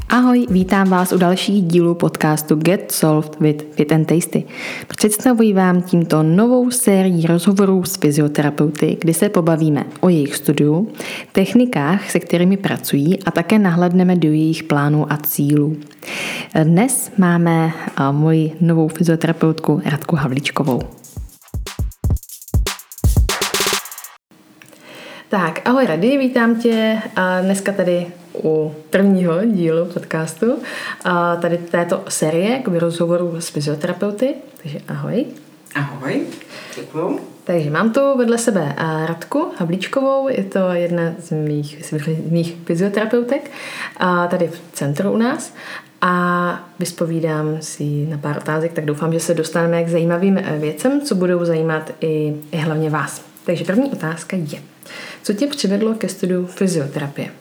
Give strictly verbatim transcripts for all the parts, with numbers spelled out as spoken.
Ahoj, vítám vás u dalších dílů podcastu Get Solved with Fit and Tasty. Představuji vám tímto novou sérii rozhovorů s fyzioterapeuty, kdy se pobavíme o jejich studiu, technikách, se kterými pracují a také nahlédneme do jejich plánů a cílů. Dnes máme moji novou fyzioterapeutku Radku Havlíčkovou. Tak, ahoj Rady, vítám tě a dneska tady u prvního dílu podcastu a tady této série jakoby rozhovorů s fyzioterapeuty, takže ahoj. Ahoj, děkuju. Takže mám tu vedle sebe Radku Havlíčkovou, je to jedna z mých, z mých fyzioterapeutek a tady v centru u nás a vyspovídám si na pár otázek, tak doufám, že se dostaneme k zajímavým věcem, co budou zajímat i, i hlavně vás. Takže první otázka je, co tě přivedlo ke studiu fyzioterapie?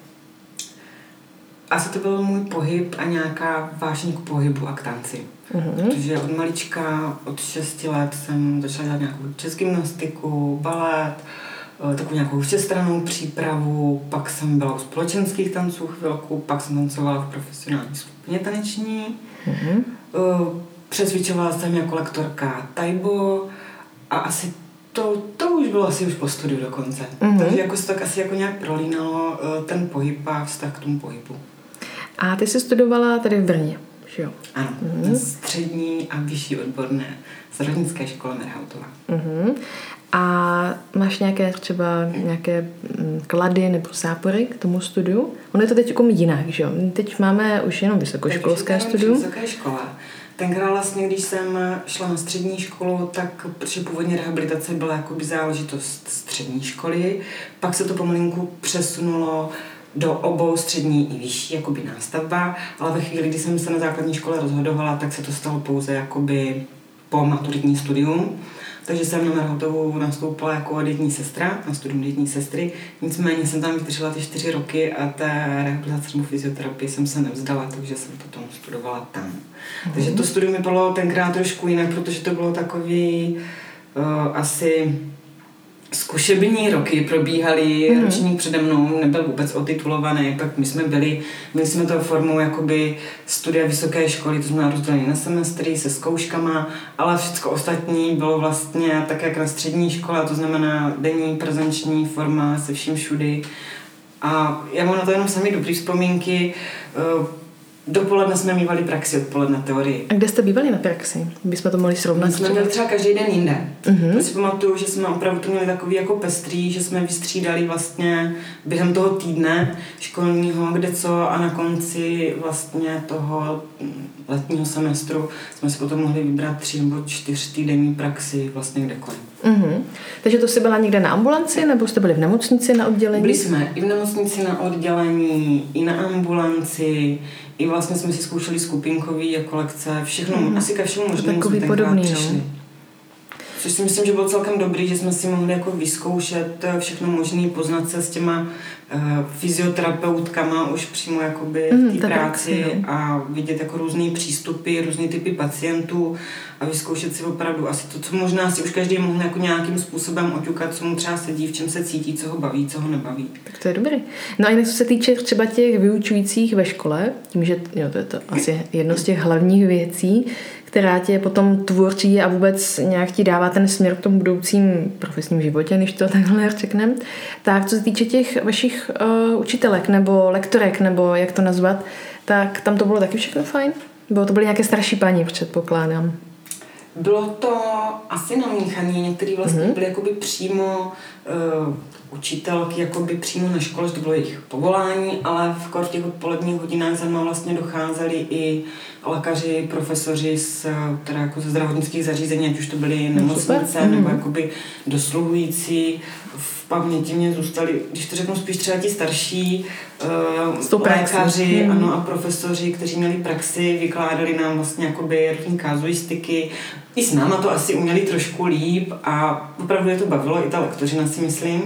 Asi to byl můj pohyb a nějaká vášeň k pohybu a k tanci. Uh-huh. Protože od malička, od šesti let jsem začala dělat nějakou českou gymnastiku, balet, takovou nějakou všestrannou přípravu, pak jsem byla u společenských tanců chvilku, pak jsem tancovala v profesionální skupině taneční, uh-huh. Přecvičovala jsem jako lektorka Taibo a asi To, to už bylo asi už po studiu dokonce. Mm-hmm. Takže jako se tak asi jako nějak prolínalo ten pohyb a vztah k tomu pohybu. A ty jsi studovala tady v Brně, že jo? Ano, mm-hmm. střední a vyšší odborné zdravotnické škole Merhautova. Mm-hmm. A máš nějaké třeba nějaké klady nebo zápory k tomu studiu? Ono je to teď jako jinak, že jo? Teď máme už jenom vysokoškolské studium. Vysoké škola. Tenkrát vlastně, když jsem šla na střední školu, tak protože původně rehabilitace byla jakoby záležitost střední školy, pak se to pomalinku přesunulo do obou střední i vyšší, jakoby nástavba, ale ve chvíli, kdy jsem se na základní škole rozhodovala, tak se to stalo pouze jakoby po maturitní studium. Takže jsem na Merhautovu nastoupila jako dietní sestra, na studium dietní sestry, nicméně jsem tam vydržela ty čtyři roky a té rehabilitace nebo fyzioterapii jsem se nevzdala, takže jsem potom studovala tam. Mm. Takže to studium mi bylo tenkrát trošku jinak, protože to bylo takový uh, asi zkušební roky probíhaly, mm. ročník přede mnou nebyl vůbec otitulovaný, pak my jsme byli, my jsme to formou jakoby studia vysoké školy, to znamená rozdělené na semestry se zkouškama, ale všechno ostatní bylo vlastně tak, jak na střední škole, to znamená denní prezenční forma se vším všudy. A já mám na to jenom sami dobrý vzpomínky. Dopoledne jsme mívali praxi, odpoledne teorii. A kde jste bývali na praxi? Bychom to mohli srovnat. My jsme měli třeba každý den jinde. Uh-huh. To si pamatuju, že jsme opravdu to měli takový jako pestrý, že jsme vystřídali vlastně během toho týdne školního, kde co a na konci vlastně toho letního semestru jsme si potom mohli vybrat tři nebo čtyř týdenní praxi vlastně kdekoliv. Uh-huh. Takže to jsi byla někde na ambulanci, nebo jste byli v nemocnici na oddělení? Byli jsme i v nemocnici na oddělení, i na ambulanci, i vlastně jsme si zkoušeli skupinkový jako lekce, všechno, hmm. asi ke všemu možnému jsme tenkrát přišli. No. Což si myslím, že bylo celkem dobrý, že jsme si mohli jako vyzkoušet všechno možné, poznat se s těma uh, fyzioterapeutkama už přímo jakoby v té mm, práci no. A vidět jako různý přístupy, různý typy pacientů a vyzkoušet si opravdu asi to, co možná si už každý mohl jako nějakým způsobem oťukat, co mu třeba sedí, v čem se cítí, co ho baví, co ho nebaví. Tak to je dobrý. No a jinak co se týče třeba těch vyučujících ve škole, tím, že jo, to je to asi jedno z těch hlavních věcí, která tě potom tvoří a vůbec nějak ti dává ten směr k tomu budoucím profesním životě, než to takhle řekneme. Tak co se týče těch vašich uh, učitelek nebo lektorek, nebo jak to nazvat, tak tam to bylo taky všechno fajn? Bylo to byly nějaké starší paní, předpokládám. Bylo to asi namíchaný, některý vlastně mm-hmm. byly jakoby přímo uh, učitelky jakoby přímo na škole, že to bylo jejich povolání, ale v, v těch odpoledních hodinách za mnou vlastně docházeli i lékaři, profesoři z, teda jako ze zdravotnických zařízení, ať už to byly nemocnice, mm-hmm. nebo jakoby dosluhující. V paměti mě zůstali, když to řeknu spíš třeba ti starší uh, lékaři mm. ano, a profesoři, kteří měli praxi, vykládali nám vlastně jakoby různý kazuistiky. I s náma to asi uměli trošku líp a opravdu je to bavilo, i ta lektořina si myslím.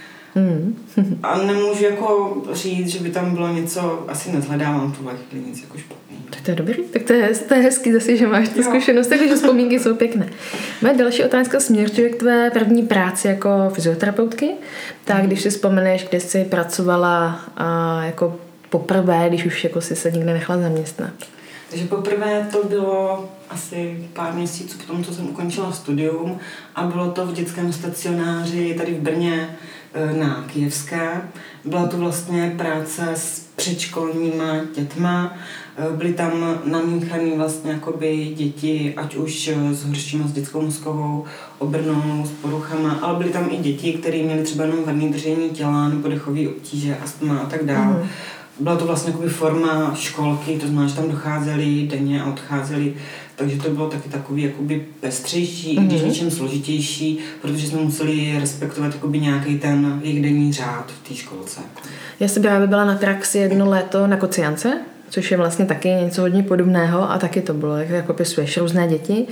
Mm. A nemůžu jako říct, že by tam bylo něco, asi nezhledávám tuhle chvíli nic jako špatný. Tak to je dobrý, tak to je, to je hezký zase, že máš tu zkušenost, takže vzpomínky jsou pěkné. Moje další otázka směřuje k tvé první práci jako fyzioterapeutky. Tak když si vzpomeneš, kde jsi pracovala a jako poprvé, když už jako si se nikde nechala zaměstnat? Takže poprvé to bylo asi pár měsíců po tom, co jsem ukončila studium a bylo to v dětském stacionáři tady v Brně na Kyjevské. Byla to vlastně práce s předškolníma dětma. Byly tam namíchané vlastně jakoby děti, ať už s horšíma, s dětskou mozkovou obrnou, s poruchama, ale byly tam i děti, které měly třeba jenom vadné držení těla nebo dechové obtíže, astma a tak dále. Mm. Byla to vlastně jakoby forma školky, to znamená, že tam docházeli denně a odcházeli, takže to bylo taky takový jakoby pestřejší, mm-hmm. i když něčem složitější, protože jsme museli respektovat jakoby nějaký ten jejich denní řád v té školce. Já jsem právě byla na praxi jedno léto na Kociance, což je vlastně taky něco hodně podobného a taky to bylo, jak, jak popisuješ, různé děti.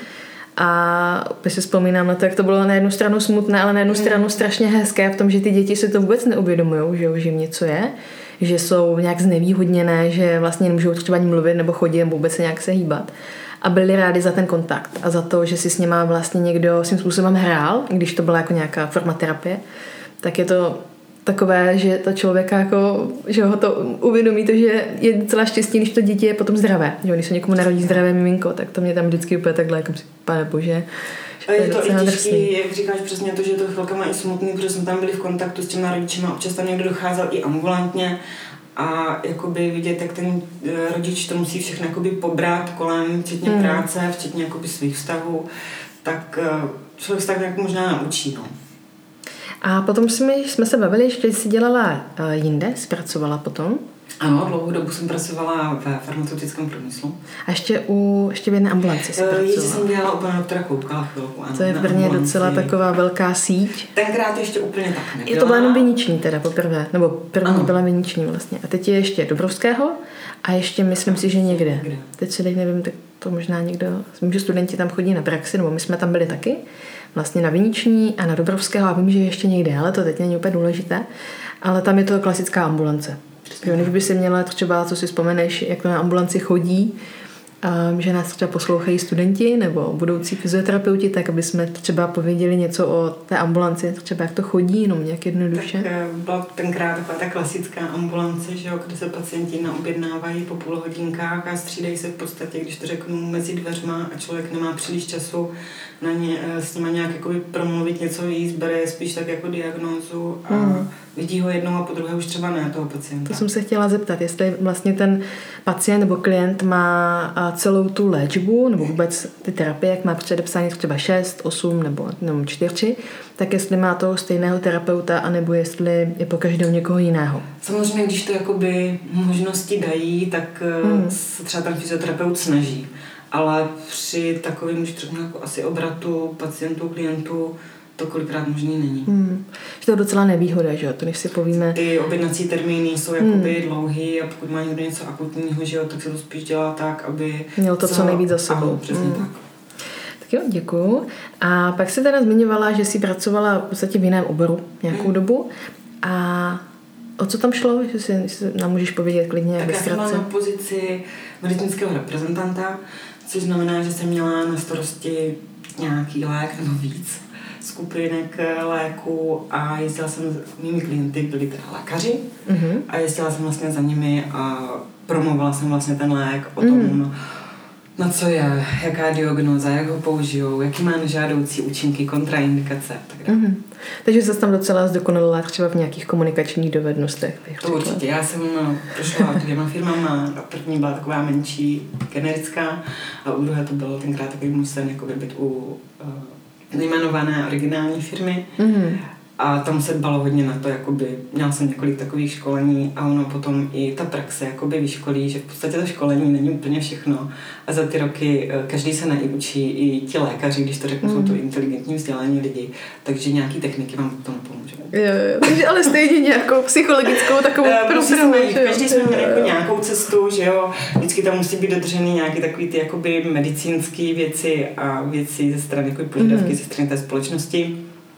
A opět si vzpomínám na to, jak to bylo na jednu stranu smutné, ale na jednu stranu strašně hezké v tom, že ty děti si to vůbec neuvědomují, že, že jim něco je, že jsou nějak znevýhodněné, že vlastně nemůžou třeba ani mluvit nebo chodit nebo vůbec se nějak se hýbat. A byli rádi za ten kontakt a za to, že si s nima vlastně někdo svým způsobem hrál, když to byla jako nějaká forma terapie, tak je to takové, že to člověka jako, že ho to uvědomí to, že je docela štěstí, když to dítě je potom zdravé. Že když se někomu narodí zdravé miminko, tak to mě tam vždycky úplně takhle, jako si, pane bože. A je to i těžký, jak říkáš přesně to, že je to chvilkama i smutný, protože jsme tam byli v kontaktu s těma rodičima, občas tam někdo docházel i ambulantně a jakoby vidět, jak ten rodič to musí všechno jakoby pobrat kolem, včetně hmm. práce, včetně jakoby svých vztahů, tak člověk se tak nějak možná naučí, no. A potom jsme, jsme se bavili, že jsi dělala jinde, zpracovala potom. Ano, dlouhou dobu jsem pracovala ve farmaceutickém průmyslu. A ještě, u, ještě v jedné ambulanci jsi pracovala. Ještě jsem dělala u pana doktora Koukala chvilku. Ano, to je v Brně docela taková velká síť. Tenkrát ještě úplně tak nebyla. Je to byla jenom Viniční teda poprvé, nebo první ano. byla Viniční vlastně. A teď je ještě Dobrovského a ještě myslím si, že někde. Kde? Teď si teď nevím, tak to možná někdo, myslím, že studenti tam chodí na praxi, nebo my jsme tam byli taky. Vlastně na Viniční a na Dobrovského a vím, že ještě někde, ale to teď není úplně důležité. Ale tam je to klasická ambulance. Jo, než by si měla třeba, co si vzpomeneš, jak to na ambulanci chodí, um, že nás třeba poslouchají studenti nebo budoucí fyzioterapeuti, tak aby jsme třeba pověděli něco o té ambulanci, třeba jak to chodí, jenom nějak jednoduše. Tak byla tenkrát taková ta klasická ambulance, že jo, kde se pacienti naobjednávají po půl hodinkách a střídají se v podstatě, když to řeknu, mezi dveřma a člověk nemá příliš času na ně, s nima nějak jakoby promluvit něco jíst, bere spíš tak jako diagnózu a mm. vidí ho jednou a po druhé už třeba ne toho pacienta. To jsem se chtěla zeptat, jestli vlastně ten pacient nebo klient má celou tu léčbu nebo vůbec ty terapie, jak má předepsaný třeba šest, osm nebo, nebo čtyři, tak jestli má toho stejného terapeuta anebo jestli je po každého někoho jiného. Samozřejmě, když to jakoby možnosti dají, tak mm. se třeba ten fyzioterapeut snaží. Ale při takovém, už třeba jako asi obratu pacientů, klientů, to kolikrát možný není. Hmm. Že to je docela nevýhoda, že jo? To než si povíme. Ty objednací termíny jsou jakoby hmm. dlouhý a pokud má někdo něco akutního, že jo, tak se to spíš dělá tak, aby... Měl to co, co nejvíc za sebou. Ano, přesně hmm. tak. Tak jo, děkuju. A pak jsi teda zmiňovala, že jsi pracovala v podstatě v jiném oboru nějakou hmm. dobu. A o co tam šlo? Že si, si nám můžeš povědět klidně, jak tak já jsem byla na pozici medicínského reprezentanta, což znamená, že jsem měla na starosti nějaký lék nebo víc skupinek léků a jezdila jsem, mými klienty byli teda lékaři mm-hmm. a jezdila jsem vlastně za nimi a promovala jsem vlastně ten lék o tom, mm. na co je, jaká diagnóza, jak ho použijou, jaký má nežádoucí účinky, kontraindikace a tak dále. Mm-hmm. Takže jsi tam docela zdokonalila třeba v nějakých komunikačních dovednostech. To určitě. Já jsem prošla dvěma firmama. První byla taková menší, generická a u druhé to bylo tenkrát takový musel jako být u uh, nejmenované originální firmy. Mm-hmm. A tam se dbalo hodně na to, jakoby, měla jsem několik takových školení a ono potom i ta praxe jakoby vyškolí, že v podstatě to školení není úplně všechno. A za ty roky každý se naučí, i ti lékaři, když to řeknu, mm. jsou to inteligentní vzdělání lidi, takže nějaký techniky vám k tomu pomůžou. Jo, jo, takže ale stejně nějakou psychologickou takovou průpravu. Každý jsme měli jako nějakou cestu, že jo, vždycky tam musí být dodržený nějaký takový ty jakoby medicínský věci a věci ze strany, jako požadavky mm. ze strany té společnosti.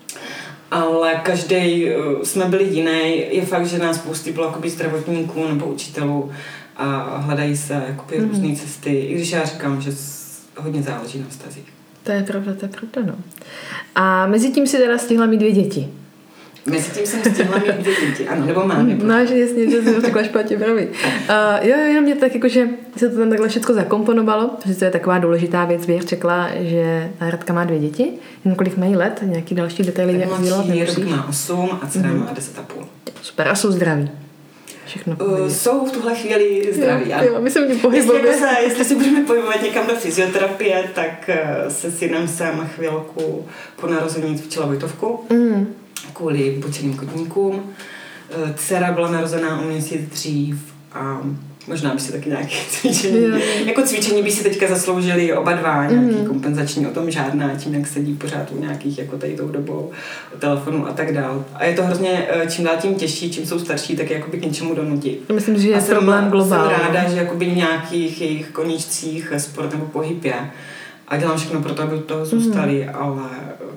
Ale každý jsme byli jiný. Je fakt, že nás spousty bylo jakoby zdravotníků nebo učitelů a hledají se jakoby mm. různé cesty. I když já říkám, že hodně záleží na vztazích. To je pravda, to je pravda, no. A mezi tím si teda stihla mít dvě děti. Mezi tím jsem stihla mít dvě děti, ano, nebo mám. No, že jasně, že jsem řekla špatně, pravý. Uh, jo, jenom mě tak jako, že se to tam takhle všechno zakomponovalo, protože to je taková důležitá věc. Věř řekla, že Radka má dvě děti, jenom kolik mají let, nějaký další detaily, jak sdělat nemusíš. Radka má osm a dcera mm-hmm. má deset a půl. Super, a jsou zdraví. Všechno uh, jsou v tuhle chvíli zdraví. Jo, jo, my se mě pohybujeme. Jestli, jako se, jestli si budeme pohybovat někam do fyzioterapie, tak uh, se synem jsem chvilku po narození cvičila Vojtovku. Mm. Kvůli bočeným kotníkům. Uh, dcera byla narozená o měsíc dřív a možná by si taky nějaké cvičení. Jo. Jako cvičení by si teďka zasloužili oba dva, nějaký mm. kompenzační, o tom žádná, tím, jak sedí pořád u nějakých, jako tady tou dobou, telefonu a tak dál. A je to hrozně, čím dál tím těžší, čím jsou starší, tak je jakoby k něčemu donutit. Myslím, že je jsem, problém globální. Jsem ráda, že jakoby nějakých jejich koníčcích sport nebo pohyb je. A dělám všechno pro to, aby od toho zůstali, mm. ale...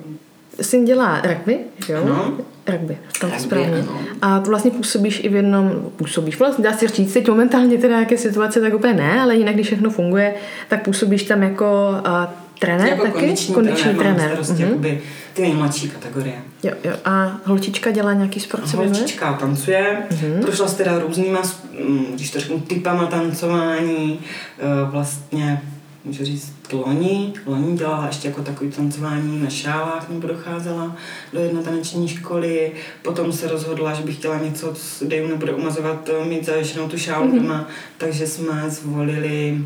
Syn dělá rugby, jo? No. Rugby, tam to správně. A vlastně působíš i v jednom, působíš, vlastně dá se říct, teď momentálně teda jaké situace, tak úplně ne, ale jinak, když všechno funguje, tak působíš tam jako uh, trenér jako taky? Kondiční, kondiční trenér. trenér. Mám starosti, mm-hmm. jakoby ty nejmladší kategorie. Jo, jo. A holčička dělá nějaký sport? Holčička tancuje, mm-hmm. prošla se teda různýma, když to řeknu, typama tancování, vlastně můžu říct, loni. Loni dělala ještě jako takový tancování na šálách, nebo docházela do jedné taneční školy. Potom se rozhodla, že by chtěla něco, kde jim nebude umazovat, mít zavěšenou tu šálu mm-hmm. doma. Takže jsme zvolili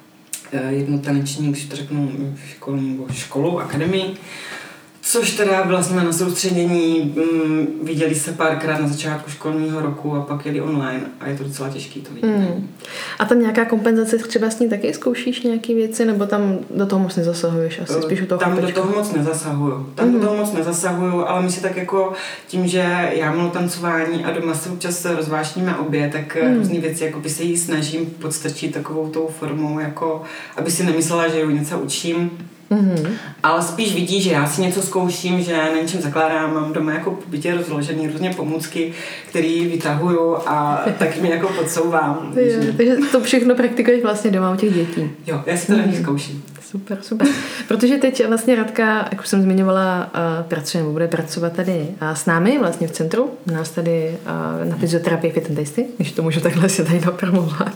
jednu taneční, když to řeknu, školní, nebo školu, akademii. Což teda byla jsme na soustředění, m, viděli se párkrát na začátku školního roku a pak jeli online a je to docela těžký to vidět. Mm. A tam nějaká kompenzace, třeba s ní taky zkoušíš nějaké věci, nebo tam do toho moc nezasahuješ? Asi spíš u toho tam chopečka. do toho moc nezasahuju. Tam mm. do toho moc nezasahuju, ale my si tak jako tím, že já mám tancování a doma se občas rozvášníme obě, tak mm. různý věci, jako by se jí snažím podstrčit takovou tou formou, jako aby si nemyslela, že ju něco učím. Mm-hmm. Ale spíš vidí, že já si něco zkouším, že na něčem zakládám, mám doma jako po bytě rozložený různě pomůcky, které vytahuju a tak mi jako podsouvám. Jo, takže to všechno praktikuješ vlastně doma u těch dětí. Jo, já si to na nich zkouším. Super, super. Protože teď vlastně Radka, jak už jsem zmiňovala, pracuje nebo bude pracovat tady s námi vlastně v centru. U nás tady na fyzioterapii Fit and Tasty, když to můžu takhle si tady napromovat.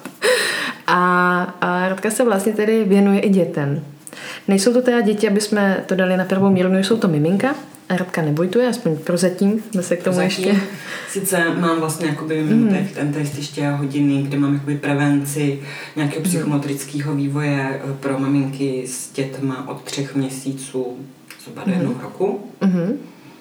A, a Radka se vlastně tady věnuje i dětem. Nejsou to teda děti, aby jsme to dali na prvou míru, jsou to miminka. A Radka nebojtuje, aspoň prozatím, jsme se k tomu prozatím. ještě... Sice mám vlastně jakoby mimo mm. ten test ještě hodiny, kde mám jakoby prevenci nějakého psychomotorického vývoje pro maminky s dětma od třech měsíců zhruba do mm. jednoho roku. Mm.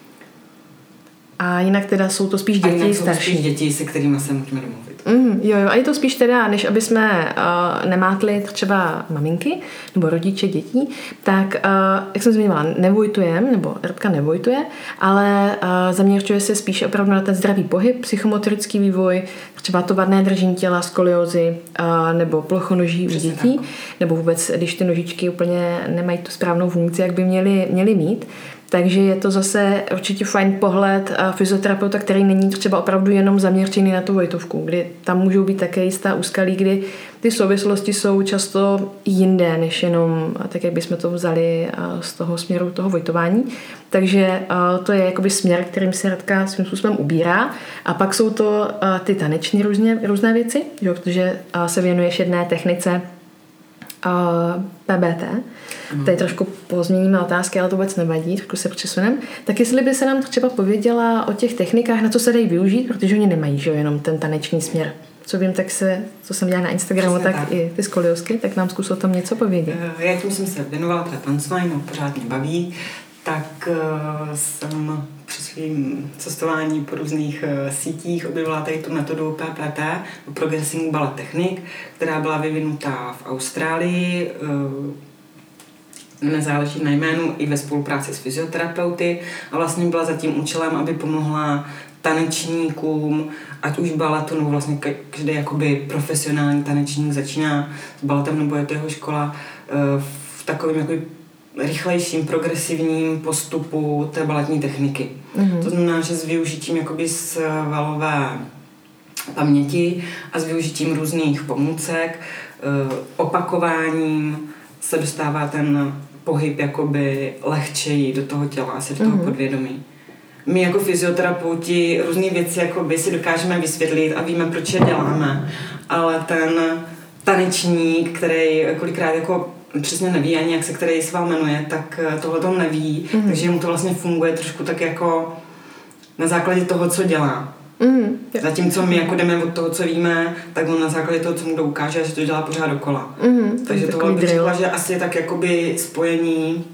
A jinak teda jsou to spíš děti a jinak starší. jsou spíš děti, se kterými se můžeme domluvit. Mm, jo, jo, a je to spíš teda, než aby jsme uh, nemátli třeba maminky nebo rodiče dětí, tak, uh, jak jsem zmiňovala, nevojtujeme, nebo Radka nevojtuje, ale uh, zaměřuje se spíš opravdu na ten zdravý pohyb, psychomotorický vývoj, třeba to vadné držení těla, skoliozy uh, nebo plochonoží u dětí, tak. Nebo vůbec, když ty nožičky úplně nemají tu správnou funkci, jak by měly, měly mít. Takže je to zase určitě fajn pohled fyzioterapeuta, který není třeba opravdu jenom zaměřený na tu Vojtovku, kdy tam můžou být také jistá úskalí, kdy ty souvislosti jsou často jinde, než jenom tak, jak bychom to vzali z toho směru toho vojtování. Takže to je jakoby směr, kterým se Radka svým způsobem ubírá. A pak jsou to ty taneční různě, různé věci, jo, protože se věnuješ jedné technice P B T. Mm. Tady trošku pozměníme otázky, ale to vůbec nevadí, trošku se přesunem. Tak jestli by se nám třeba pověděla o těch technikách, na co se dají využít, protože oni nemají, že jo, jenom ten taneční směr. Co vím, tak se, co jsem dělala na Instagramu, tak, tak i ty skoliosky, tak nám zkus o tom něco povědět. Já tím jsem se věnovala, teda tancování, no, pořád mě baví, tak uh, jsem při svým cestování po různých uh, sítích objevila tady tu metodu P P T, Progressing Ballet Technique, která byla vyvinutá v Austrálii, uh, nezáleží na jménu, i ve spolupráci s fyzioterapeuty a vlastně byla za tím účelem, aby pomohla tanečníkům, ať už baletu, nebo vlastně každý jakoby profesionální tanečník začíná s baletem, nebo je to jeho škola v takovým jakoby rychlejším, progresivním postupu té baletní techniky. Mm-hmm. To znamená, že s využitím jakoby svalové paměti a s využitím různých pomůcek, opakováním se dostává ten pohyb jakoby lehčeji do toho těla, asi do toho mm-hmm. podvědomí. my jako fyzioterapeuti různé věci jakoby si dokážeme vysvětlit a víme, proč je děláme, ale ten tanečník, který kolikrát jako přesně neví ani, jak se který sval jmenuje, tak tohle to neví, mm. takže mu to vlastně funguje trošku tak jako na základě toho, co dělá. Mm. Zatímco my jako jdeme od toho, co víme, tak on na základě toho, co mu to ukáže, že to dělá pořád dokola. Mm. Takže tohle bych řekla, že asi je tak jakoby spojení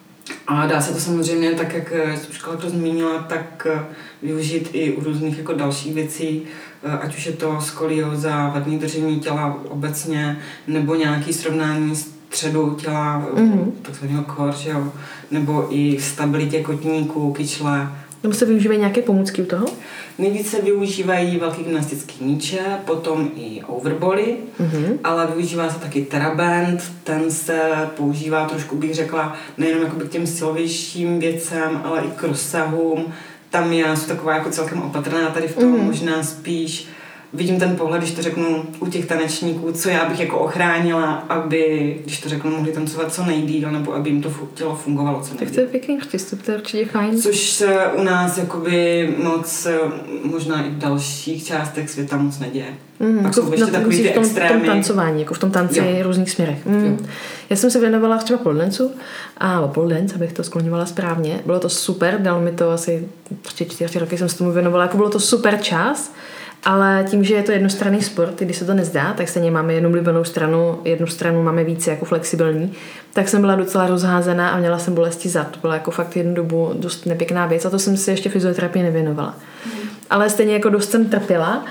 a dá se to samozřejmě tak, jak Zuzka to zmínila, tak využít i u různých jako dalších věcí, ať už je to skolioza, vadný držení těla obecně, nebo nějaký srovnání středu těla, mm-hmm. takzvaného core, že jo? Nebo i stabilitě kotníků, kyčle. Nebo se využívají nějaké pomůcky u toho? Nejvíc se využívají velký gymnastický míče, potom i overbody, mm-hmm. ale využívá se taky teraband, ten se používá trošku, bych řekla, nejenom jakoby k těm silovějším věcem, ale i k rozsahům. Tam já jsem taková jako celkem opatrná tady v tom, mm-hmm. možná spíš vidím ten pohled, když to řeknu u těch tanečníků, co já bych jako ochránila, aby, když to řeknu, mohli tancovat co nejdýl, nebo aby jim to tělo fungovalo co nejdýl. Tak to je pěkný přístup, to je určitě fajn. Což se u nás jakoby moc, možná i v dalších částech světa moc neděje. Mm, Pak jsou ještě takový ty v tom, extrémy. V tom tancování, jako v tom tanci v různých směrech. Mm. Já jsem se věnovala třeba pole danceu a pole dance, abych to skloňovala správně. Bylo to super, dalo mi to asi tři, čtyři roky jsem se tomu věnovala, jako bylo to super čas. Ale tím, že je to jednostranný sport, když se to nezdá, tak stejně máme jednu oblíbenou stranu, jednu stranu máme více jako flexibilní, tak jsem byla docela rozházená a měla jsem bolesti zad. To byla jako fakt jednu dobu dost nepěkná věc a to jsem si ještě fyzioterapii nevěnovala. Mm. Ale stejně jako dost jsem trpěla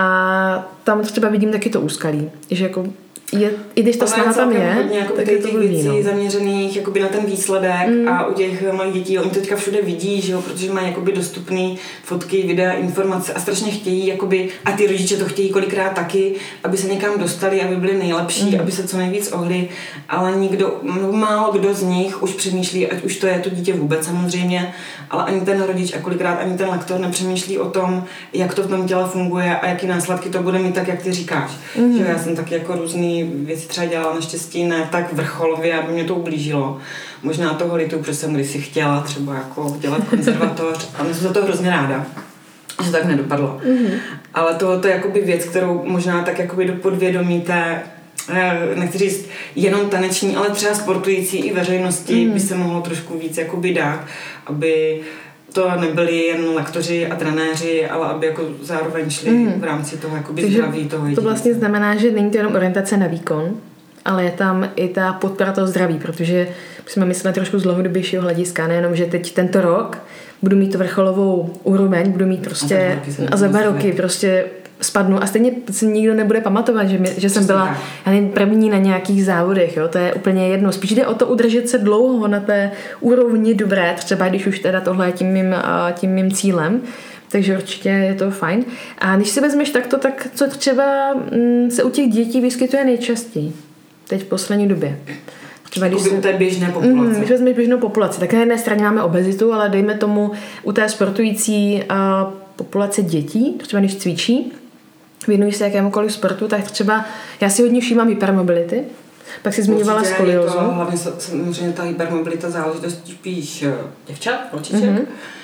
a tam třeba vidím taky to úskalí, že jako je, i když ta snaha tam je, tak je to věcí no. zaměřených jakoby na ten výsledek mm. a u těch malých dětí, oni to teďka všude vidí, že jo, protože mají jakoby dostupné fotky, videa, informace a strašně chtějí jakoby, a ty rodiče to chtějí kolikrát taky, aby se někam dostali, aby byli nejlepší, mm. aby se co nejvíc ohli, ale nikdo, no, málo kdo z nich už přemýšlí, ať už to je to dítě vůbec samozřejmě, ale ani ten rodič a kolikrát ani ten lektor nepřemýšlí o tom, jak to v tom těle funguje a jaký následky to bude mít tak, jak ty říkáš. Mm. Že já jsem taky jako různý věci třeba dělala, naštěstí ne tak vrcholově, aby mě to ublížilo. Možná toho litu, protože jsem kdysi chtěla třeba jako dělat konzervatoř a jsem za to hrozně ráda, že tak nedopadlo. Mm-hmm. Ale tohle je jakoby věc, kterou možná tak jakoby do podvědomí té, nechci říct jenom taneční, ale třeba sportující i veřejnosti mm-hmm. by se mohlo trošku víc jakoby dát, aby to nebyli jen lektoři a trenéři, ale aby jako zároveň šli mm. v rámci toho jakoby zdraví toho jedince. To vlastně znamená, že není to jenom orientace na výkon, ale je tam i ta podpora toho zdraví, protože jsme mysleli trošku z dlouhodobějšího hlediska, nejenom, že teď tento rok budu mít vrcholovou úroveň, budu mít prostě a za dva roky prostě spadnu a stejně si nikdo nebude pamatovat, že, mě, že jsem byla já nevím, první na nějakých závodech, jo? To je úplně jedno. Spíš jde o to udržet se dlouho na té úrovni dobré, třeba když už teda tohle je tím mým, tím mým cílem, takže určitě je to fajn. A když si vezmeš takto, tak co třeba se u těch dětí vyskytuje nejčastěji teď v poslední době? Třeba když se, u té běžné populace. Mm, když vezmeš běžnou populaci, tak na jedné straně máme obezitu, ale dejme tomu u té sportující uh, populace dětí, třeba když cvičí, věnují se jakémukoliv sportu, tak třeba já si hodně všímám hypermobility, pak si zmiňovala skoliozu. To, hlavně samozřejmě ta hypermobilita záležitost spíš děvčat, holčiček. Mm-hmm.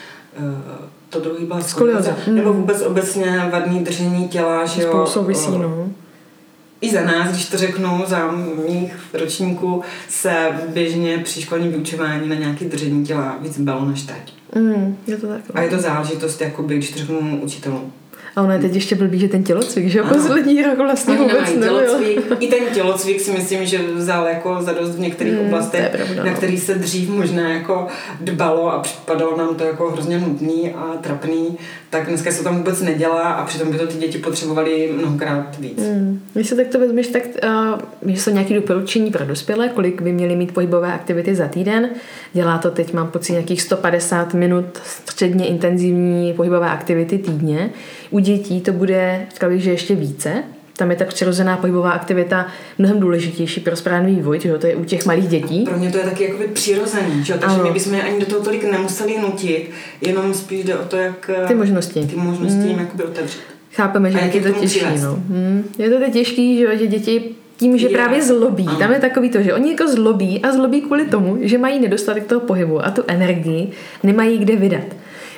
To druhý byla skolioza. Mm. Nebo vůbec obecně vadný držení těla, že jo. Spolu souvisí, no. I za nás, když to řeknu, za mých ročníků se běžně při školním vyučování na nějaké držení těla víc balo než teď. Mm, je to tak. A je to záležitost, jakoby, když to řeknu učitelům. A ono je teď ještě blbý, že ten tělocvik, že jo, poslední rok vlastně Oni vůbec nebyl. I ten tělocvik si myslím, že vzal jako zadost v některých mm, oblastech, pravda, na který se dřív možná jako dbalo a připadalo nám to jako hrozně nudný a trapný, tak dneska se to tam vůbec nedělá a přitom by to ty děti potřebovaly mnohokrát víc. Mm. Když se tak to vezmeš, tak uh, jsou nějaké doporučení pro dospělé, kolik by měly mít pohybové aktivity za týden. Dělá to teď, mám pocit, nějakých sto padesát minut středně intenzivní pohybové aktivity týdně. U dětí to bude, říkal bych, že ještě více. Tam je ta přirozená pohybová aktivita mnohem důležitější pro správný vývoj, že to je u těch malých dětí. Pro mě to je taky jakoby přirozený, že? Takže ano. My bychom je ani do toho tolik nemuseli nutit, jenom spíš jde o to, jak ty možnosti, ty možnosti mm. jim jakoby otevřít. Chápeme, že je to těžké. No. Hmm. Je to teď těžký, že, že děti tím, že je. Právě zlobí. Ano. Tam je takový to, že oni jako zlobí a zlobí kvůli tomu, že mají nedostatek toho pohybu a tu energii nemají kde vydat.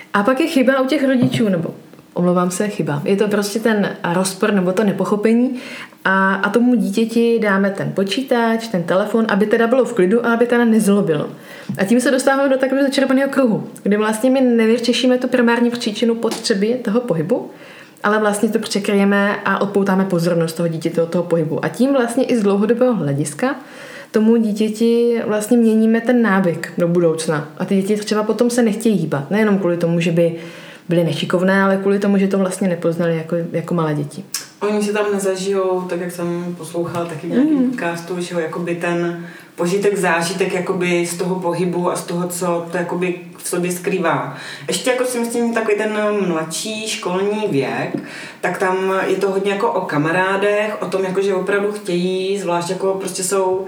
A pak je chyba u těch rodičů, nebo omlouvám se, chyba. Je to prostě ten rozpor nebo to nepochopení a, a tomu dítěti dáme ten počítač, ten telefon, aby teda bylo v klidu a aby teda nezlobilo. A tím se dostáváme do takového začerpaného kruhu, kde vlastně my nevyřešíme tu primární příčinu potřeby toho pohybu, ale vlastně to překryjeme a odpoutáme pozornost toho dítěte od toho pohybu. A tím vlastně i z dlouhodobého hlediska tomu dítěti vlastně měníme ten návyk do budoucna. A ty děti třeba potom se nechtějí hýbat. Nejenom kvůli tomu, že by byly nešikovné, ale kvůli tomu, že to vlastně nepoznali jako, jako malé děti. Oni si tam nezažijou, tak jak jsem poslouchala taky v nějakém mm. podcastu, že jakoby ten požitek, zážitek jakoby z toho pohybu a z toho, co to jakoby v sobě skrývá. Ještě jako si myslím, takový ten mladší školní věk, tak tam je to hodně jako o kamarádech, o tom, jako, že opravdu chtějí, zvlášť jako prostě jsou,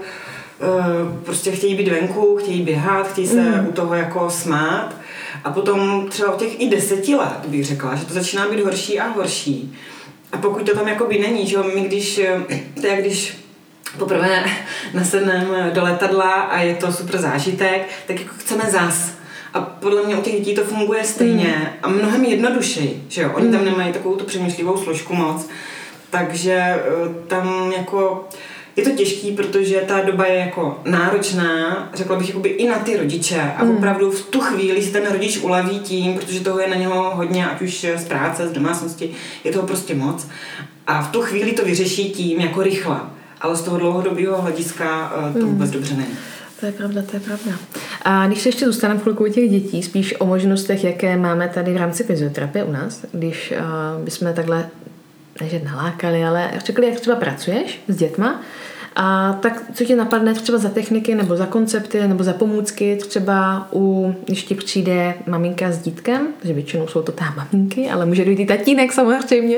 prostě chtějí být venku, chtějí běhat, chtějí se mm. u toho jako smát. A potom třeba od těch i deseti let bych řekla, že to začíná být horší a horší. A pokud to tam jakoby není, že my když, to je když poprvé nasedneme do letadla a je to super zážitek, tak jako chceme zas. A podle mě u těch dětí to funguje stejně mm. a mnohem jednodušeji, že jo. Oni mm. tam nemají takovou tu přemýšlivou složku moc. Takže tam jako je to těžký, protože ta doba je jako náročná, řekla bych jakoby i na ty rodiče a mm. opravdu v tu chvíli si ten rodič uleví tím, protože toho je na něho hodně, ať už z práce, z domácnosti, je toho prostě moc a v tu chvíli to vyřeší tím jako rychle, ale z toho dlouhodobého hlediska to vůbec mm. dobře není. To je pravda, to je pravda. A když se ještě zůstaneme v chvilku těch dětí, spíš o možnostech, jaké máme tady v rámci fyzioterapie u nás, když uh, bychom takhle neže nalákali, ale řekli, jak třeba pracuješ s dětma, a tak co ti napadne třeba za techniky nebo za koncepty nebo za pomůcky, třeba u, když ti přijde maminka s dítkem, že většinou jsou to tá maminky, ale může dojít i tatínek samozřejmě,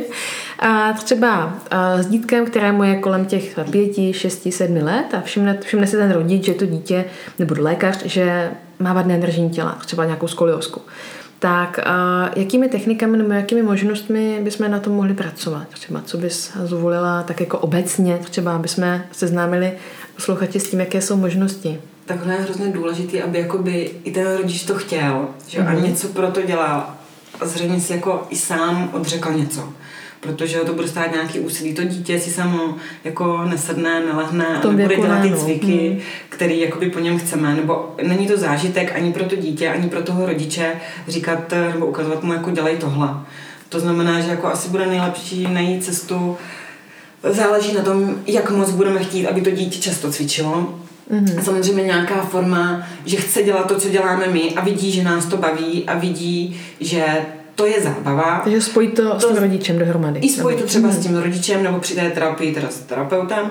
a třeba a s dítkem, kterému je kolem těch pěti, šesti, sedmi let a všimne, všimne si ten rodič, že to dítě, nebo lékař, že má vadné držení těla, třeba nějakou skoliózku. Tak a jakými technikami nebo jakými možnostmi bychom na tom mohli pracovat? Třeba co bys zvolila tak jako obecně, třeba aby jsme seznámili posluchači s tím, jaké jsou možnosti? Takhle je hrozně důležitý, aby jakoby i ten rodič to chtěl, že mm-hmm. a něco pro to dělal a zřejmě si jako i sám odřekl něco. Protože to bude stát nějaký úsilí. To dítě si samo jako nesedne, nelehne a nebude dělat ty cviky, hmm. který jakoby po něm chceme. Nebo není to zážitek ani pro to dítě, ani pro toho rodiče říkat nebo ukazovat mu, jako dělej tohle. To znamená, že jako asi bude nejlepší najít cestu. Záleží na tom, jak moc budeme chtít, aby to dítě často cvičilo. Mm-hmm. Samozřejmě nějaká forma, že chce dělat to, co děláme my a vidí, že nás to baví a vidí, že to je zábava. Takže spojit to, to s tím rodičem dohromady. I spojit to třeba mm. s tím rodičem nebo při té terapii teda s terapeutem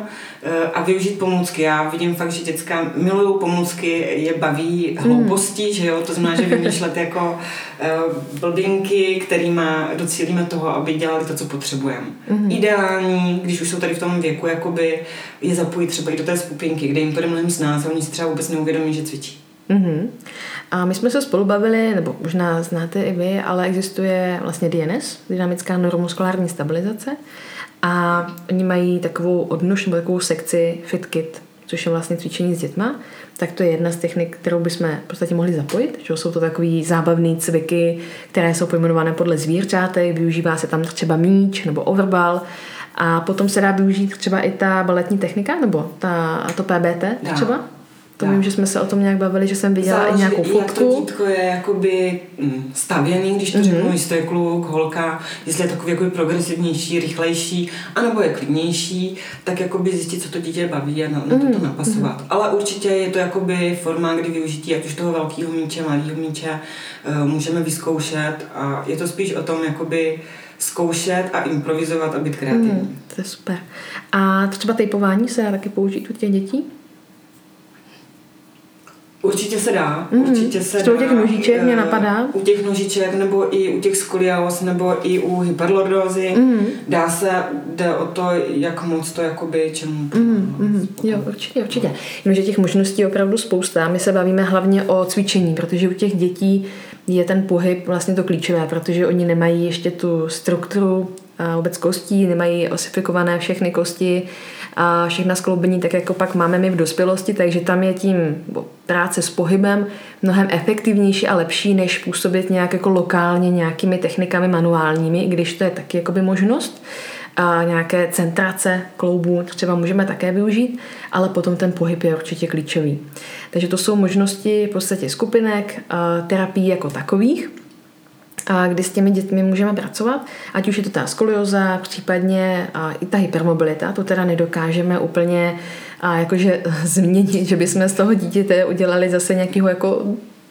a využít pomůcky. Já vidím fakt, že děcka milují pomůcky, je baví hlouposti, mm. že jo, to znamená, že vymýšlet jako uh, blbinky, kterýma docílíme toho, aby dělali to, co potřebujeme. Mm. Ideální, když už jsou tady v tom věku, jakoby je zapojit třeba i do té skupinky, kde jim to jde mnohem z nás a oni si třeba vůbec neuvědomí, že cvičí. Mm-hmm. A my jsme se spolu bavili, nebo možná znáte i vy, ale existuje vlastně D N S, dynamická neuromuskulární stabilizace, a oni mají takovou odnož nebo takovou sekci FitKit, což je vlastně cvičení s dětma, tak to je jedna z technik, kterou bychom v podstatě mohli zapojit, že jsou to takový zábavné cviky, které jsou pojmenované podle zvířátek, využívá se tam třeba míč nebo overball a potom se dá využít třeba i ta baletní technika, nebo ta, to P B T třeba. To vím, že jsme se o tom nějak bavili, že jsem viděla Záleží, i nějakou fotku. Jak to dítko je jakoby stavěný, když to mm-hmm. řeknu, jestli to je kluk, holka, jestli je takový jakoby progresivnější, rychlejší, anebo je klidnější, tak jakoby zjistit, co to dítě baví a na, na to, to napasovat. Mm-hmm. Ale určitě je to jakoby forma, kdy využití ať už toho velkého míče, malého míče uh, můžeme vyzkoušet a je to spíš o tom jakoby zkoušet a improvizovat a být kreativní. Mm, to je super. A třeba tejpování se dá taky použít u těch dětí? Určitě se dá, mm. určitě se dá. U těch nožiček mě napadá. U těch nožiček, nebo i u těch skolióz, nebo i u hyperlordózy. Mm. Dá se, jde o to, jak moc to jakoby čemu. Mm. Mm. Jo, určitě, určitě. Jenomže těch možností je opravdu spousta. My se bavíme hlavně o cvičení, protože u těch dětí je ten pohyb vlastně to klíčové, protože oni nemají ještě tu strukturu vůbec kostí, nemají osifikované všechny kosti a všechna skloubení, tak jako pak máme my v dospělosti, takže tam je tím práce s pohybem mnohem efektivnější a lepší, než působit nějak jako lokálně nějakými technikami manuálními, i když to je taky jakoby možnost. A nějaké centrace kloubů třeba můžeme také využít, ale potom ten pohyb je určitě klíčový. Takže to jsou možnosti v podstatě skupinek, terapií jako takových, a kdy s těmi dětmi můžeme pracovat, ať už je to ta skolioza, případně i ta hypermobilita, to teda nedokážeme úplně a jakože změnit, že bychom z toho dítěte udělali zase nějakého jako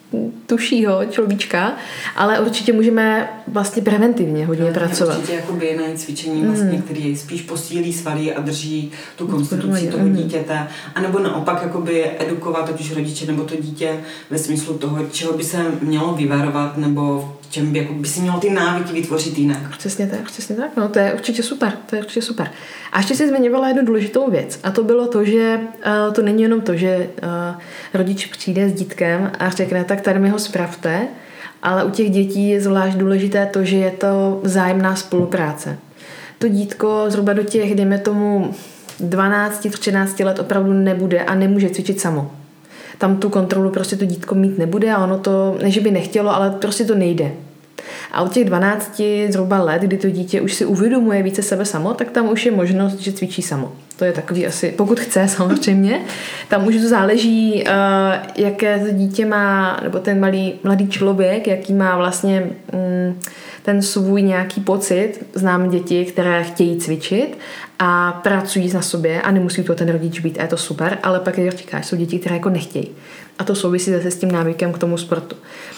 tušího človíčka, ale určitě můžeme vlastně preventivně hodně no, pracovat. Určitě jakoby na cvičení, vlastně, mm. který spíš posílí svaly a drží tu konstituci toho mm. dítěte, anebo naopak jakoby edukovat, ať už rodiče nebo to dítě ve smyslu toho, čeho by se mělo vyvarovat, nebo čem by, jako by si mělo ty návyky vytvořit jinak. Přesně tak, přesně tak, no to je určitě super, to je určitě super. A ještě si zmiňovala jednu důležitou věc a to bylo to, že uh, to není jenom to, že uh, rodič přijde s dítkem a řekne, tak tady mi ho spravte, ale u těch dětí je zvlášť důležité to, že je to vzájemná spolupráce. To dítko zhruba do těch, dejme tomu, dvanáct třináct let opravdu nebude a nemůže cvičit samo. Tam tu kontrolu prostě to dítko mít nebude a ono to, ne že by nechtělo, ale prostě to nejde. A od těch dvanácti zhruba let, kdy to dítě už si uvědomuje více sebe samo, tak tam už je možnost, že cvičí samo. To je takový asi, pokud chce samozřejmě, tam už to záleží, jaké to dítě má, nebo ten malý, mladý člověk, jaký má vlastně ten svůj nějaký pocit. Znám děti, které chtějí cvičit a pracují na sobě a nemusí to ten rodič být a je to super, ale pak, jak říkáš, jsou děti, které jako nechtějí. A to souvisí zase s tím návykem k tomu sportu.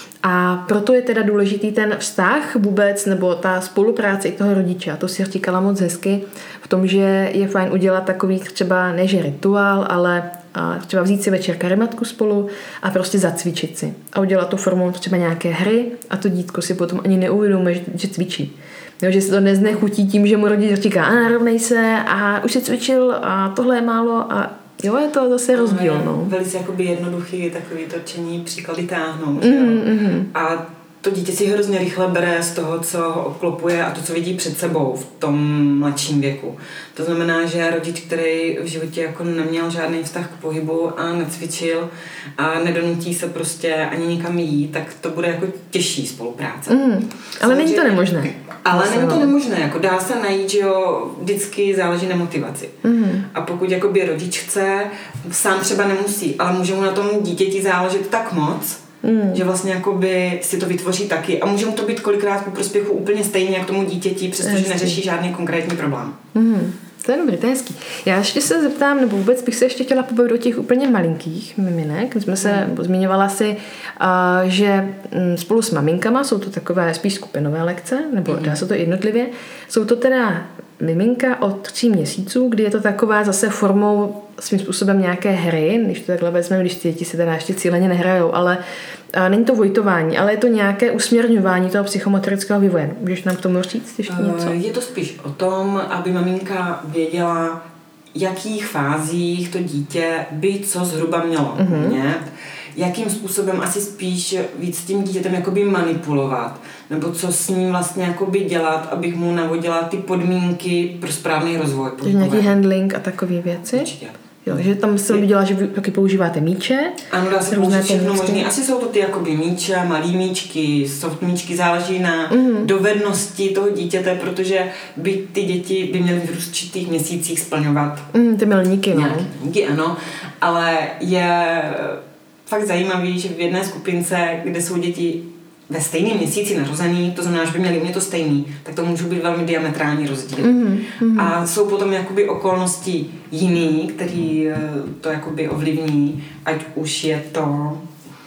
A proto je teda důležitý ten vztah vůbec, nebo ta spolupráce i toho rodiče. A to si říkala moc hezky v tom, že je fajn udělat takový třeba než rituál, ale třeba vzít si večer karimatku spolu a prostě zacvičit si. A udělat to formou třeba nějaké hry a to dítko si potom ani neuvědomuje, že, že cvičí. Jo, že se to neznechutí tím, že mu rodič říká, a narovnej se a už si cvičil a tohle je málo a jo, je to zase rozdíl. No. Velice jakoby jednoduchý takový točení příklady táhnou. Mm, mm. A to dítě si hrozně rychle bere z toho, co ho obklopuje a to, co vidí před sebou v tom mladším věku. To znamená, že rodič, který v životě jako neměl žádný vztah k pohybu a necvičil a nedonutí se prostě ani nikam jít, tak to bude jako těžší spolupráce. Mm, ale není to nemožné. Ale není to nemožné, jako dá se najít, že jo, vždycky záleží na motivaci. Mm. A pokud jakoby rodič chce, sám třeba nemusí, ale může mu na tom dítěti záležet tak moc, mm. že vlastně jakoby si to vytvoří taky a může mu to být kolikrát ku prospěchu úplně stejně jak tomu dítěti, přestože neřeší žádný konkrétní problém. Mm. To je dobrý, to je hezký. Já ještě se zeptám, nebo vůbec bych se ještě chtěla pobavit o těch úplně malinkých miminek. My jsme se, mm. zmiňovala si, uh, že um, spolu s maminkama jsou to takové spíš skupinové lekce, nebo mm. dá se to jednotlivě. Jsou to teda miminka od tří měsíců, kdy je to taková zase formou svým způsobem nějaké hry, když to takhle vezmeme, když ty děti se teda ještě cíleně nehrajou, ale a není to vojtování, ale je to nějaké usměrňování toho psychomotorického vývoje. Můžeš nám k tomu říct ještě něco? Je to spíš o tom, aby maminka věděla, jakých fázích to dítě by co zhruba mělo mm-hmm. umět, jakým způsobem asi spíš víc s tím dítětem jakoby manipulovat, nebo co s ním vlastně jakoby dělat, abych mu navodila ty podmínky pro správný rozvoj. Takže nějaký handling a takové věci? Určitě. Jo, že tam se viděla, že vy taky používáte míče. Ano, dá se použít všechno možný. Asi jsou to ty jakoby míče, malý míčky, soft míčky, záleží na mm. dovednosti toho dítěte, protože by ty děti by měly v určitých měsících splňovat. Mm, ty milníky, no. Nějaké milníky, ano. Ale je fakt zajímavý, že v jedné skupince, kde jsou děti ve stejném měsíci narozený, to znamená, že by měli umět to stejný, tak to můžou být velmi diametrální rozdíl. Mm, mm. A jsou potom jakoby okolnosti jiný, který to jakoby ovlivní, ať už je to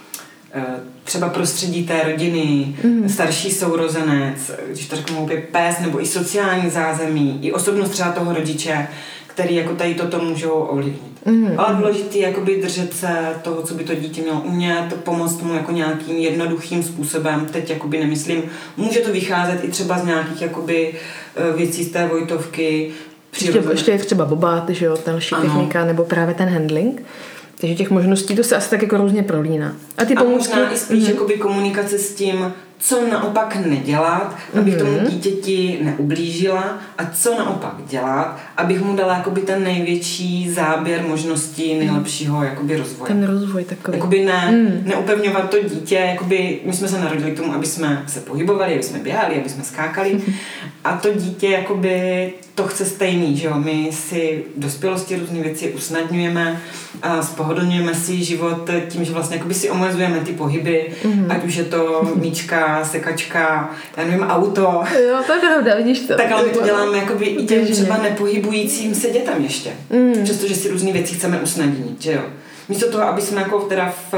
třeba prostředí té rodiny, mm. starší sourozenec, když to řeknu opět pes, nebo i sociální zázemí, i osobnost třeba toho rodiče, který jako tady toto můžou ovlivnit. Mm. Ale důležitý je jakoby držet se toho, co by to dítě mělo umět, pomoct mu jako nějakým jednoduchým způsobem. Teď jakoby nemyslím, může to vycházet i třeba z nějakých jakoby věcí z té vojtovky. Ještě, ještě je třeba bobat, že jo, další ano. technika, nebo právě ten handling. Takže těch možností to se asi tak jako různě prolíná. A ty pomůcky... A možná i spíš mm. jakoby komunikace s tím co naopak nedělat, abych mm-hmm. tomu dítěti neublížila a co naopak dělat, abych mu dala jakoby ten největší záběr možností nejlepšího jakoby rozvoje. Ten rozvoj takový. Jakoby ne, mm. neupevňovat to dítě, jakoby my jsme se narodili k tomu, aby jsme se pohybovali, aby jsme běhali, aby jsme skákali mm-hmm. a to dítě jakoby to chce stejný, že jo, my si v dospělosti různé věci usnadňujeme a spohodlňujeme si život tím, že vlastně jakoby si omezujeme ty pohyby, mm-hmm. ať už je to míčka, sekačka, já nevím, auto. Jo, to je pravda, vidíš to. Tak ale my to děláme jakoby i těm třeba nepohybujícím se dětem ještě. Mm. Přestože si různé věci chceme usnadnit, že jo. Místo toho, aby jsme jako teda v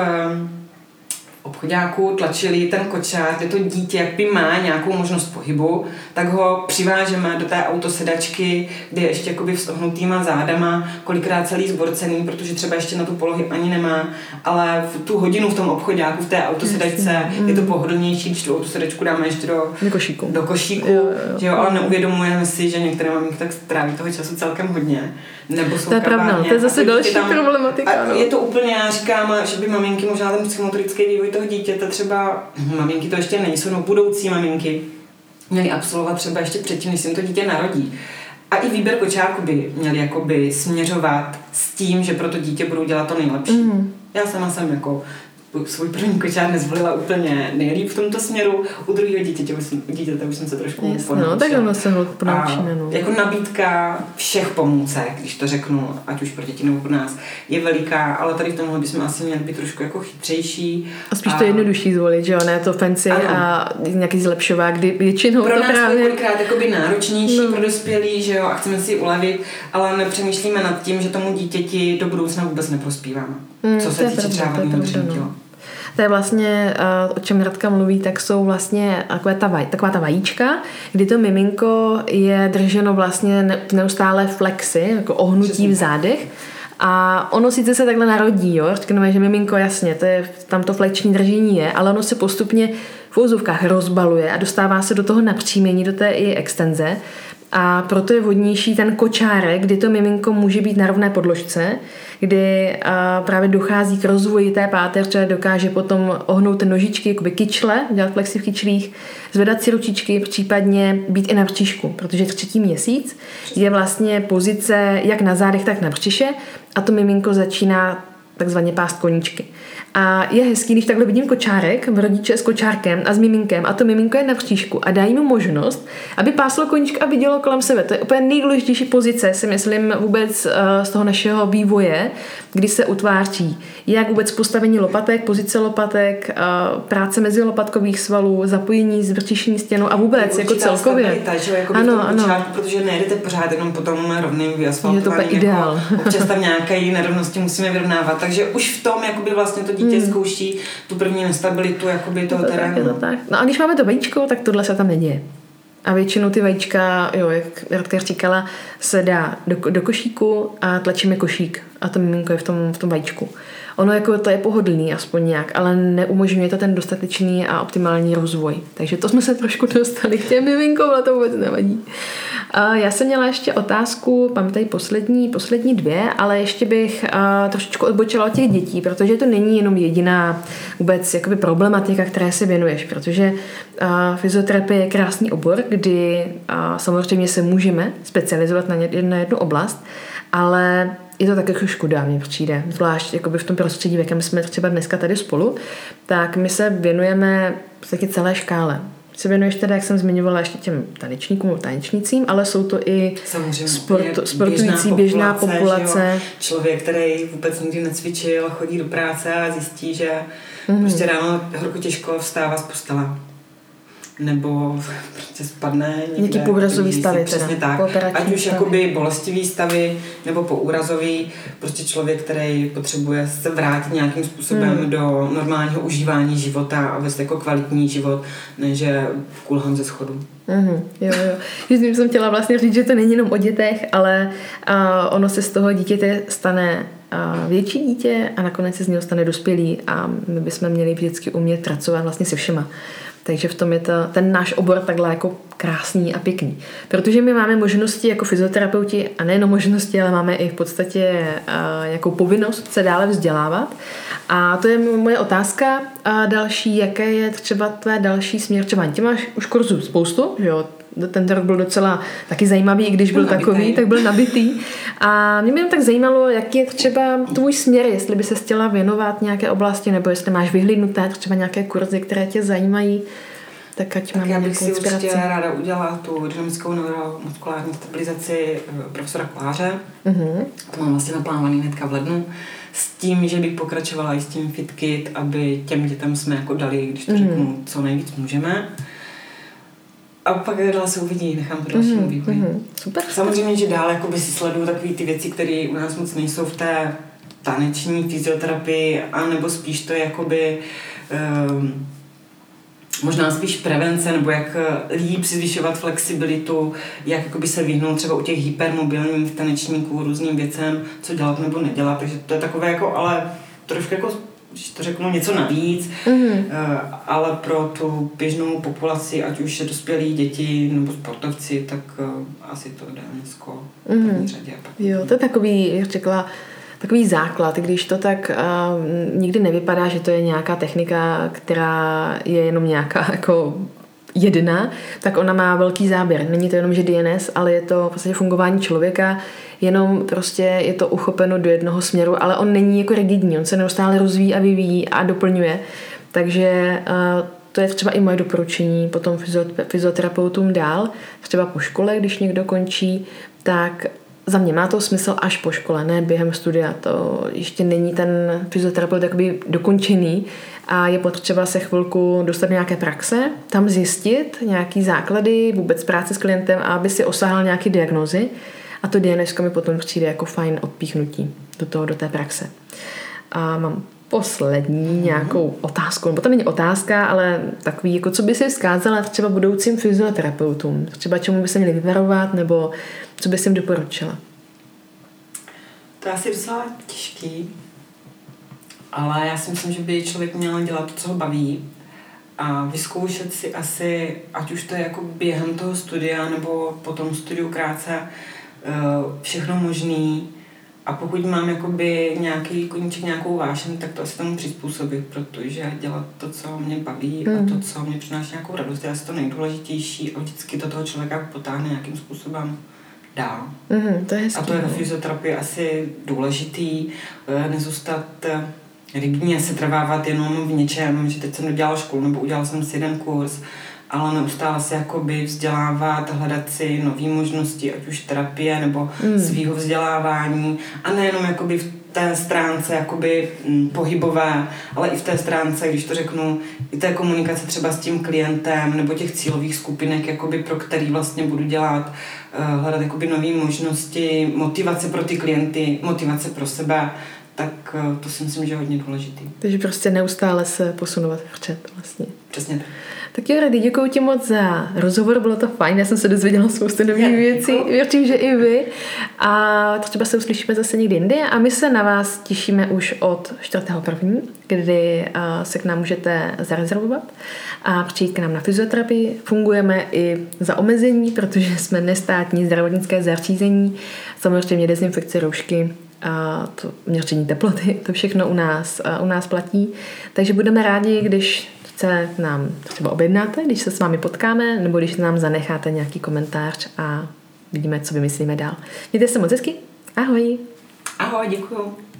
obchodáku tlačili ten kočár, kde to dítě jakby má nějakou možnost pohybu, tak ho přivážeme do té autosedačky, kde je ještě jakoby vstohnutýma zádama, kolikrát celý zborcený, protože třeba ještě na tu polohy ani nemá, ale v tu hodinu v tom obchodáku, v té autosedačce mm. je to pohodlnější, když tu autosedačku dáme ještě do, do košíku, do košíku jo, jo. Že jo, ale neuvědomujeme si, že některé maminky tak stráví toho času celkem hodně. Nebo jsou to je pravda, to je zase další tam, problematika. A je to úplně, já říkám, že by maminky, možná ten psychomotorický vývoj toho dítěte, třeba maminky to ještě nejsou, no budoucí maminky, měly absolvovat třeba ještě předtím, než se jim to dítě narodí. A i výběr kočárku by měli jakoby směřovat s tím, že pro to dítě budou dělat to nejlepší. Mm. Já sama jsem jako svůj první kočár nezvolila úplně nejlíp v tomto směru. U druhého dítěte, dítěte už jsem se trošku ponaučila. No, tak ono se ho ponaučíme. No. Jako nabídka všech pomůcek, když to řeknu, ať už pro děti nebo pro nás, je veliká, ale tady v tomhle bychom asi měli být trošku jako chytřejší. A spíš a... to jednodušší zvolit, že jo, ne to fancy ano. A nějaký zlepšovák, kdy většinou pro to nás právě... Pro nás kolikrát jakoby náročnější, no. Pro dospělí, že jo, a chceme si ulevit, ale nepřemýšlíme nad tím, že tomu dítěti do budoucna vůbec neprospíváme. Mm, co se týče třeba vadného těla. To je vlastně, o čem Radka mluví, tak jsou vlastně takové ta vaj, taková ta vajíčka, kdy to miminko je drženo vlastně v neustále flexi, jako ohnutí v zádech. A ono sice se takhle narodí, jo, řekneme, že miminko, jasně, to je, tam to fleční držení je, ale ono se postupně v úzovkách rozbaluje a dostává se do toho napřímení, do té i extenze. A proto je vhodnější ten kočárek, kdy to miminko může být na rovné podložce, kdy právě dochází k rozvoji té páteře, dokáže potom ohnout nožičky, jakoby kyčle, dělat flexi v kyčlích, zvedat si ručičky, případně být i na bříšku, protože třetí měsíc je vlastně pozice jak na zádech, tak na břiše a to miminko začíná takzvaně pást koníčky. A je hezký, když takhle vidím kočárek, v rodiče s kočárkem a s miminkem a to miminko je na bříšku a dají mu možnost, aby páslo koníčka a vidělo kolem sebe. To je úplně nejdůležitější pozice, si myslím, vůbec z toho našeho vývoje, kdy se utváří jak vůbec postavení lopatek, pozice lopatek, práce mezi lopatkových svalů, zapojení s břišní stěnou a vůbec jako celkově. Stabilita, že jako ano, ano. Počátku, protože nejedete pořád jenom po tom rovným vyasfaltovaným. Je to ideál. Jako, občas tam nějaké nerovnosti musíme vyrovnávat. Takže už v tom jakoby vlastně to dítě hmm. zkouší tu první nestabilitu jakoby toho to terénu. Tak, to tak. No a když máme to vajíčko, tak tohle se tam neděje. A většinou ty vajíčka, jo, jak Radka říkala, se dá do, do košíku a tlačíme košík a to miminko je v tom, v tom vajíčku. Ono jako to je pohodlný aspoň nějak, ale neumožňuje to ten dostatečný a optimální rozvoj. Takže to jsme se trošku dostali k těm miminkom, ale to vůbec nevadí. A já jsem měla ještě otázku, mám tady poslední, poslední dvě, ale ještě bych a, trošičku odbočila od těch dětí, protože to není jenom jediná vůbec jakoby problematika, které se věnuješ, protože a, fyzioterapie je krásný obor, kdy a, samozřejmě se můžeme specializovat na, ně, na jednu oblast, ale je to tak jako škoda, mně přijde, zvlášť jakoby v tom prostředí, v jakém jsme třeba dneska tady spolu, tak my se věnujeme v podstatě celé škále. Se věnuješ teda, jak jsem zmiňovala, ještě těm tanečníkům, tanečnicím, ale jsou to i sport, sportující, běžná populace. Běžná populace. Člověk, který vůbec nikdy necvičil, chodí do práce a zjistí, že mm. prostě ráno horko těžko vstává z postele. Nebo prostě spadne někde. Nějaký poúrazový stavy teda. Tak. Ať už jakoby bolestivý stavy, nebo poúrazový, prostě člověk, který potřebuje se vrátit nějakým způsobem hmm. do normálního užívání života a vést jako kvalitní život, než že kulhám ze schodu. Mm-hmm, jo, jo. S tím jsem chtěla vlastně říct, že to není jenom o dětech, ale uh, ono se z toho dítěte stane uh, větší dítě a nakonec se z něho stane dospělý a my bychom měli vždycky umět pracovat vlastně se všema. Takže v tom je to, ten náš obor takhle jako krásný a pěkný. Protože my máme možnosti jako fyzioterapeuti, a nejenom možnosti, ale máme i v podstatě uh, jako povinnost se dále vzdělávat. A to je moje otázka. A další, jaké je třeba tvé další směřování? Ty máš už kurzů spoustu, že jo? Tento rok byl docela taky zajímavý, i když byl nabitý. Takový, tak byl nabitý. A mě by jen tak zajímalo, jaký je třeba tvůj směr, jestli by se chtěla věnovat nějaké oblasti, nebo jestli máš vyhlídnuté třeba nějaké kurzy, které tě zajímají, tak ať tak mám já bych si inspiraci. určitě ráda udělala tu dynamickou neuromuskulární stabilizaci profesora Koláře. Uh-huh. To mám vlastně naplánovaný hnedka v lednu. S tím, že bych pokračovala i s tím FitKit, aby těm dětem jsme jako dali, když to uh-huh. řeknu, co nejvíc můžeme. A pak dál se uvidí, nechám to dalšímu vývoji. Mm-hmm. Super. Samozřejmě, že dál jakoby si sleduju takové ty věci, které u nás moc nejsou v té taneční fyzioterapii, anebo spíš to je jakoby um, možná spíš prevence, nebo jak líp si zvyšovat flexibilitu, jak jakoby se vyhnout třeba u těch hypermobilních tanečníků různým věcem, co dělat nebo nedělat. Takže to je takové jako, ale trošku jako, když to řeknu, něco navíc, mm-hmm. ale pro tu běžnou populaci, ať už je dospělí děti nebo sportovci, tak asi to dá dnesko v první mm-hmm. řadě. Jo, to je takový, jak řekla, takový základ, když to tak uh, nikdy nevypadá, že to je nějaká technika, která je jenom nějaká jako jedna, tak ona má velký záběr. Není to jenom, že D N S, ale je to vlastně fungování člověka, jenom prostě je to uchopeno do jednoho směru, ale on není jako rigidní, on se neustále rozvíjí a vyvíjí a doplňuje. Takže uh, to je třeba i moje doporučení potom fyzioterapeutům dál, třeba po škole, když někdo končí, tak za mě má to smysl až po škole, ne během studia. To ještě není ten fyzioterapeut jakoby dokončený a je potřeba se chvilku dostat do nějaké praxe, tam zjistit nějaký základy, vůbec práce s klientem, a aby si osáhl nějaké diagnózy. A to D N S mi potom přijde jako fajn odpíchnutí do toho, do té praxe. A mám poslední nějakou otázku, nebo to není otázka, ale takový, jako co by si vzkázala třeba budoucím fyzioterapeutům? Třeba čemu by se měli vyvarovat, nebo co by si jim doporučila? To je asi docela těžký, ale já si myslím, že by člověk měl dělat to, co ho baví, a vyzkoušet si asi, ať už to je jako během toho studia, nebo po tom studiu krátce, všechno možný. A pokud mám jakoby nějaký koníček, nějakou vášeň, tak to asi tomu přizpůsobit, protože dělat to, co mě baví mm. a to, co mě přináší nějakou radost, je asi to nejdůležitější a vždycky to toho člověka potáhne nějakým způsobem dál. Mm, to je hezký. A to je ve fyzioterapii asi důležitý, nezůstat rigidně se trvávat jenom v něčem, že teď jsem dodělal školu nebo udělal jsem si jeden kurz, ale neustále se jakoby vzdělávat, hledat si nové možnosti, ať už terapie nebo mm. svýho vzdělávání, a nejenom jakoby v té stránce jakoby m, pohybové, ale i v té stránce, když to řeknu, i té komunikace třeba s tím klientem nebo těch cílových skupinek, jakoby pro který vlastně budu dělat, uh, hledat jakoby nové možnosti, motivace pro ty klienty, motivace pro sebe, tak uh, to si myslím, že je hodně důležitý. Takže prostě neustále se posunovat vpřed vlastně. Přesně tak. Tak jo, Rady, děkuji ti moc za rozhovor, bylo to fajn, já jsem se dozvěděla spoustu nových věcí, věřím, že i vy. A třeba se uslyšíme zase někdy jindy a my se na vás těšíme už od čtvrtého prvního kdy se k nám můžete zarezervovat a přijít k nám na fyzioterapii. Fungujeme i za omezení, protože jsme nestátní zdravotnické zařízení, samozřejmě dezinfekce, roušky, a to měření teploty, to všechno u nás, u nás platí. Takže budeme rádi, když se nám třeba objednáte, když se s vámi potkáme, nebo když nám zanecháte nějaký komentář a vidíme, co vymyslíme dál. Mějte se moc hezky. Ahoj. Ahoj, děkuju.